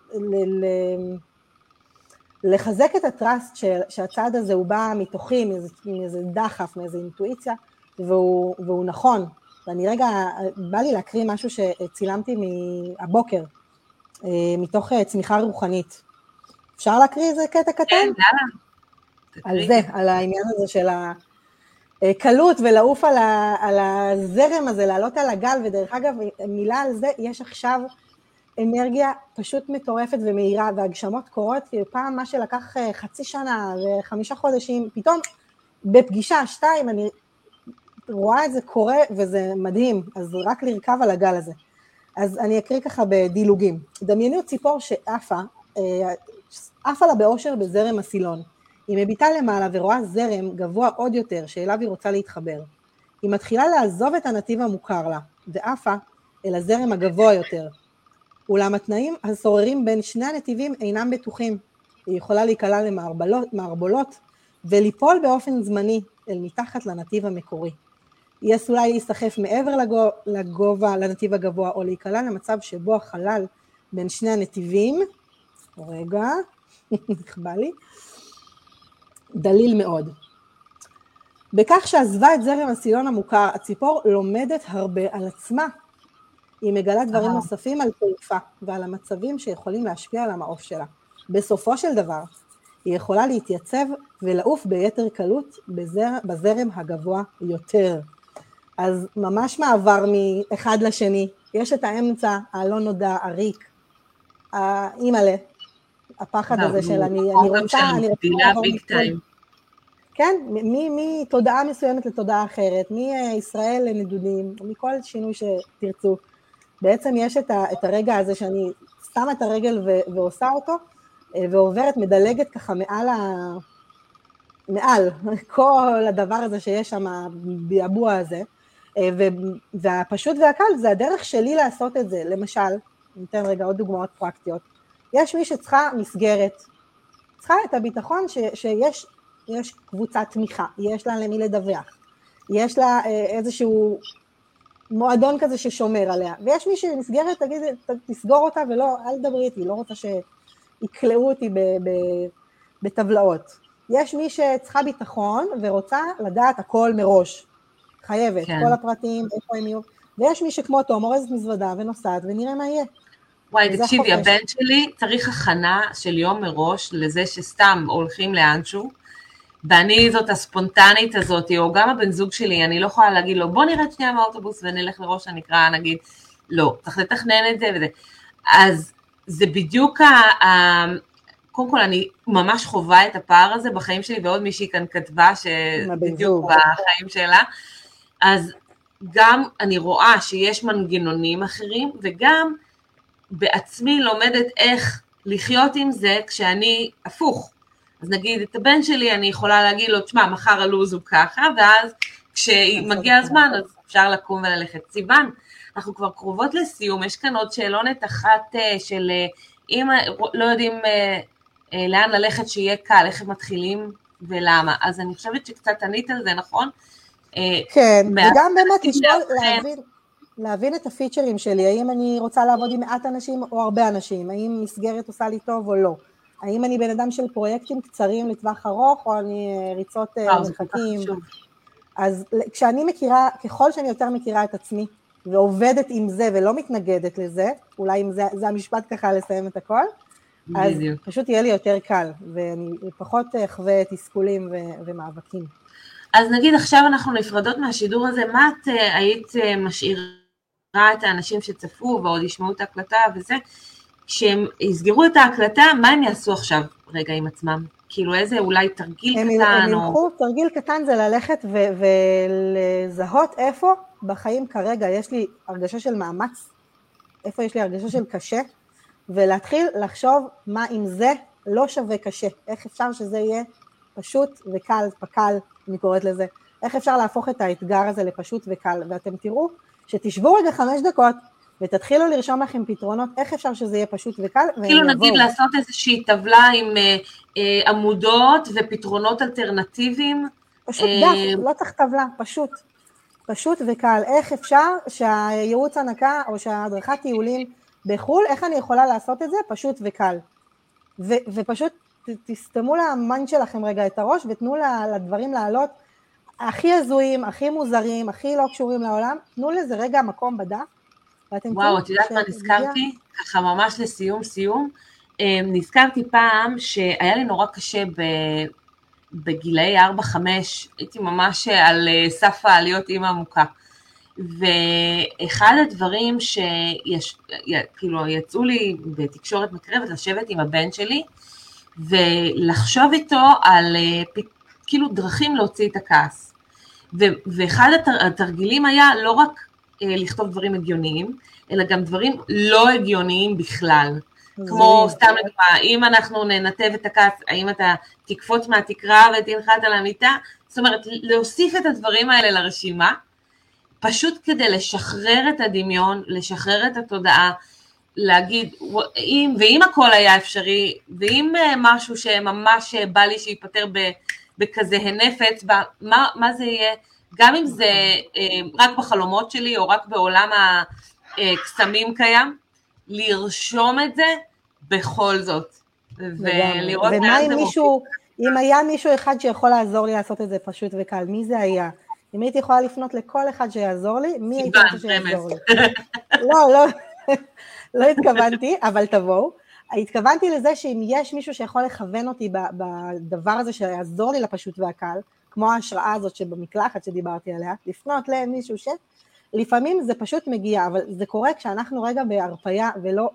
לחזק את הטראסט שהצעד הזה הוא בא מתוכי, מאיזה דחף, מאיזה אינטואיציה, והוא, והוא נכון. ואני רגע, בא לי להקריא משהו שצילמתי מהבוקר, מתוך צמיחה רוחנית. אפשר להקריא איזה קטע קטן? כן, יאללה. על זה, על העניין הזה של הקלות ולעוף על, ה, על הזרם הזה, לעלות על הגל, ודרך אגב, מילה על זה, יש עכשיו אנרגיה פשוט מטורפת ומהירה, והגשמות קורות, כי פעם מה שלקח חצי שנה וחמישה חודשים, פתאום בפגישה, שתיים, אני רואה את זה קורה, וזה מדהים, אז רק לרכב על הגל הזה. אז אני אקריא ככה בדילוגים. דמיינו ציפור שעפה, עפה לה באושר בזרם הסילון. היא מביטה למעלה ורואה זרם גבוה עוד יותר, שאליו היא רוצה להתחבר. היא מתחילה לעזוב את הנתיב המוכר לה, ועפה אל הזרם הגבוה יותר. אולם התנאים הסוררים בין שני הנתיבים אינם בטוחים. היא יכולה להיקלע למערבולות, וליפול באופן זמני אל מתחת לנתיב המקורי. היא עשויה להסתחף מעבר לגובה, לנתיב הגבוה, או להיקלע למצב שבו החלל בין שני הנתיבים, רגע, נכבה לי, דליל מאוד. בכך שעזבה את זרם הסילון המוכר, הציפור לומדת הרבה על עצמה. היא מגלה דברים אה. נוספים על תעופה ועל המצבים שיכולים להשפיע על המעוף שלה. בסופו של דבר, היא יכולה להתייצב ולעוף ביתר קלות בזר, בזרם הגבוה יותר. אז ממש מעבר מאחד לשני, יש את האמצע, הלא נודע, הריק, האימאלה, הפחד הזה של אני, אני רוצה, אני רוצה לעבור מכאן. כן, מתודעה מסוימת לתודעה אחרת, מישראל לנדודים, מכל שינוי שתרצו. בעצם יש את, ה, את הרגע הזה שאני שמה את הרגל ו, ועושה אותו, ועוברת, מדלגת ככה מעל, ה, מעל כל הדבר הזה שיש שם, הביאבוע הזה, והפשוט והקל זה הדרך שלי לעשות את זה. למשל, ניתן רגע עוד דוגמאות פרקטיות, יש מי שצריכה מסגרת, צריכה את הביטחון ש, שיש יש קבוצת תמיכה, יש לה למי לדווח, יש לה איזשהו מועדון כזה ששומר עליה, ויש מי שמסגרת תגיד, תסגור אותה ולא, אל תדברי איתי, לא רוצה שיקלעו אותי ב, ב, בטבלאות. יש מי שצריכה ביטחון ורוצה לדעת הכל מראש, חייבת, כן. כל הפרטים, איפה הם יהיו, ויש מי שכמו אותו מורזת מזוודה ונוסעת ונראה מה יהיה. וואי, תקשיבי, הבן שלי צריך הכנה של יום מראש לזה שסתם הולכים לאנשהו, ואני זאת הספונטנית הזאת, או גם הבן זוג שלי, אני לא יכולה להגיד לו, בוא נרד שנייה מהאוטובוס ונלך לראש הנקרא, נגיד, לא, צריך לתכנן את זה וזה. אז זה בדיוק, ה, ה, קודם כל אני ממש חובה את הפער הזה בחיים שלי, ועוד מישהי כאן כתבה שבדיוק בחיים שלה, אז גם אני רואה שיש מנגנונים אחרים, וגם בעצמי לומדת איך לחיות עם זה כשאני הפוך. אז נגיד, את הבן שלי אני יכולה להגיד לו, תשמע, מחר הלוז הוא ככה, ואז כשמגיע הזמן, אז אפשר לקום וללכת. סיוון, אנחנו כבר קרובות לסיום, יש כאן עוד שאלונת אחת של, אם לא יודעים לאן ללכת שיהיה קל, איך הם מתחילים ולמה. אז אני חושבת שקצת ענית על זה, נכון? כן, וגם באמת לשאול, להבין, להבין את הפיצ'רים שלי, האם אני רוצה לעבוד עם מעט אנשים או הרבה אנשים, האם מסגרת עושה לי טוב או לא. האם אני בן אדם של פרויקטים קצרים לטווח ארוך, או אני ריצות מרחקים. אז כשאני מכירה, ככל שאני יותר מכירה את עצמי, ועובדת עם זה ולא מתנגדת לזה, אולי אם זה, זה המשפט ככה לסיים את הכל, אז פשוט יהיה לי יותר קל, ואני פחות חווה תסכולים ומאבקים. אז נגיד עכשיו אנחנו נפרדות מהשידור הזה, מה את היית משאירה את האנשים שצפו, ועוד ישמעו את ההקלטה וזה, כשהם יסגרו את ההקלטה, מה הם יעשו עכשיו רגע עם עצמם? כאילו איזה אולי תרגיל הם, קטן? הם ילכו, או... תרגיל קטן זה ללכת ו- ולזהות איפה בחיים כרגע יש לי הרגשה של מאמץ, איפה יש לי הרגשה של קשה, ולהתחיל לחשוב מה אם זה לא שווה קשה, איך אפשר שזה יהיה פשוט וקל, פקל, אני קוראת לזה, איך אפשר להפוך את האתגר הזה לפשוט וקל, ואתם תראו שתשבו רגע חמש דקות, ותתחילו לרשום לכם פתרונות, איך אפשר שזה יהיה פשוט וקל, כאילו נגיד לעשות איזושהי טבלה עם אה, אה, עמודות ופתרונות אלטרנטיביים. פשוט אה... דף, לא צריך טבלה, פשוט. פשוט וקל, איך אפשר שהייעוץ הנקה או שההדרכת טיולים בחול, איך אני יכולה לעשות את זה? פשוט וקל. ו- ופשוט תסתמו לאמן שלכם רגע את הראש, ותנו לדברים לעלות, הכי הזויים, הכי מוזרים, הכי לא קשורים לעולם, תנו לזה רגע מקום בדף, וואו, את יודעת מה נזכרתי? ככה ממש לסיום סיום, נזכרתי פעם שהיה לי נורא קשה ב... בגילאי ארבע חמש, הייתי ממש על סף העליות אימא עמוקה, ואחד הדברים שכאילו יצאו לי בתקשורת מקרבת, לשבת עם הבן שלי, ולחשוב איתו על כאילו דרכים להוציא את הכעס, ואחד התרגילים היה לא רק לכתוב דברים הגיוניים, אלא גם דברים לא הגיוניים בכלל, כמו סתם לדוגמה, אם אנחנו ננתב את הכעס, האם אתה תקפוץ מהתקרה ותנחת על המיטה, זאת אומרת, להוסיף את הדברים האלה לרשימה, פשוט כדי לשחרר את הדמיון, לשחרר את התודעה, להגיד, אם, ואם הכל היה אפשרי, ואם משהו שממש בא לי שיפטר בכזה הנפץ, מה, מה זה יהיה, גם אם זה רק בחלומות שלי, או רק בעולם הקסמים קיים, לרשום את זה בכל זאת, ולראות ומה אם מישהו, אם היה מישהו אחד שיכול לעזור לי לעשות את זה פשוט וקל, מי זה היה? אם הייתי יכולה לפנות לכל אחד שיעזור לי, מי הייתי רוצה שיעזור לי? לא, לא, לא התכוונתי, אבל תבואו. התכוונתי לזה שאם יש מישהו שיכול לכוון אותי בדבר הזה שיעזור לי לפשוט והקל, כמו ההשראה הזאת שבמקלחת שדיברתי עליה, לפנות למישהו ש... לפעמים זה פשוט מגיע, אבל זה קורה כשאנחנו רגע בהרפאיה ולא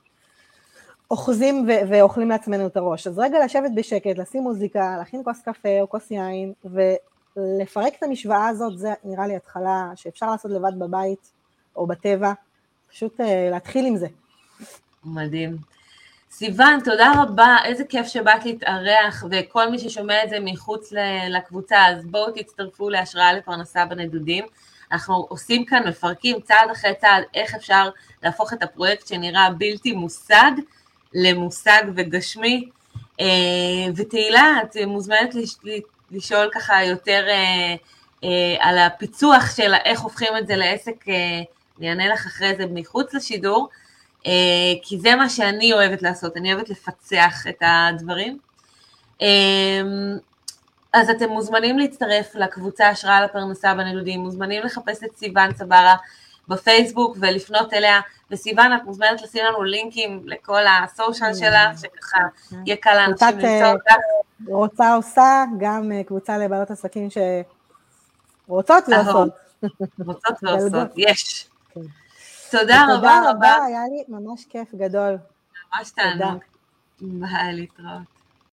אוחזים ו- ואוכלים לעצמנו את הראש. אז רגע לשבת בשקט, לשים מוזיקה, להכין כוס קפה או כוס יין, ולפרק את המשוואה הזאת, זה נראה לי התחלה שאפשר לעשות לבד בבית או בטבע, פשוט uh, להתחיל עם זה. מדהים. סיוון, תודה רבה, איזה כיף שבאת להתארח, וכל מי ששומע את זה מחוץ לקבוצה, אז בואו תצטרפו להשראה לפרנסה בנדודים. אנחנו עושים כאן, מפרקים צעד אחרי צעד, איך אפשר להפוך את הפרויקט שנראה בלתי מושג, למושג וגשמי, ותהילה, את מוזמנת לשאול ככה יותר על הפיצוח של איך הופכים את זה לעסק, אני אענה לך אחרי זה מחוץ לשידור, כי זה מה שאני אוהבת לעשות, אני אוהבת לפצח את הדברים. אז אתם מוזמנים להצטרף לקבוצה השראה לפרנסה בנדודים, מוזמנים לחפש את סיוון צברה בפייסבוק ולפנות אליה, וסיוון את מוזמנת לשים לנו לינקים לכל הסושיאל שלה, שככה יהיה קל לאנשים למצוא אותך. רוצה עושה, גם קבוצה לבעלות עסקים שרוצות ועושות. רוצות ועושות, יש. תודה רבה רבה. היה לי ממש כיף גדול. ממש תענוג. ביי, להתראות.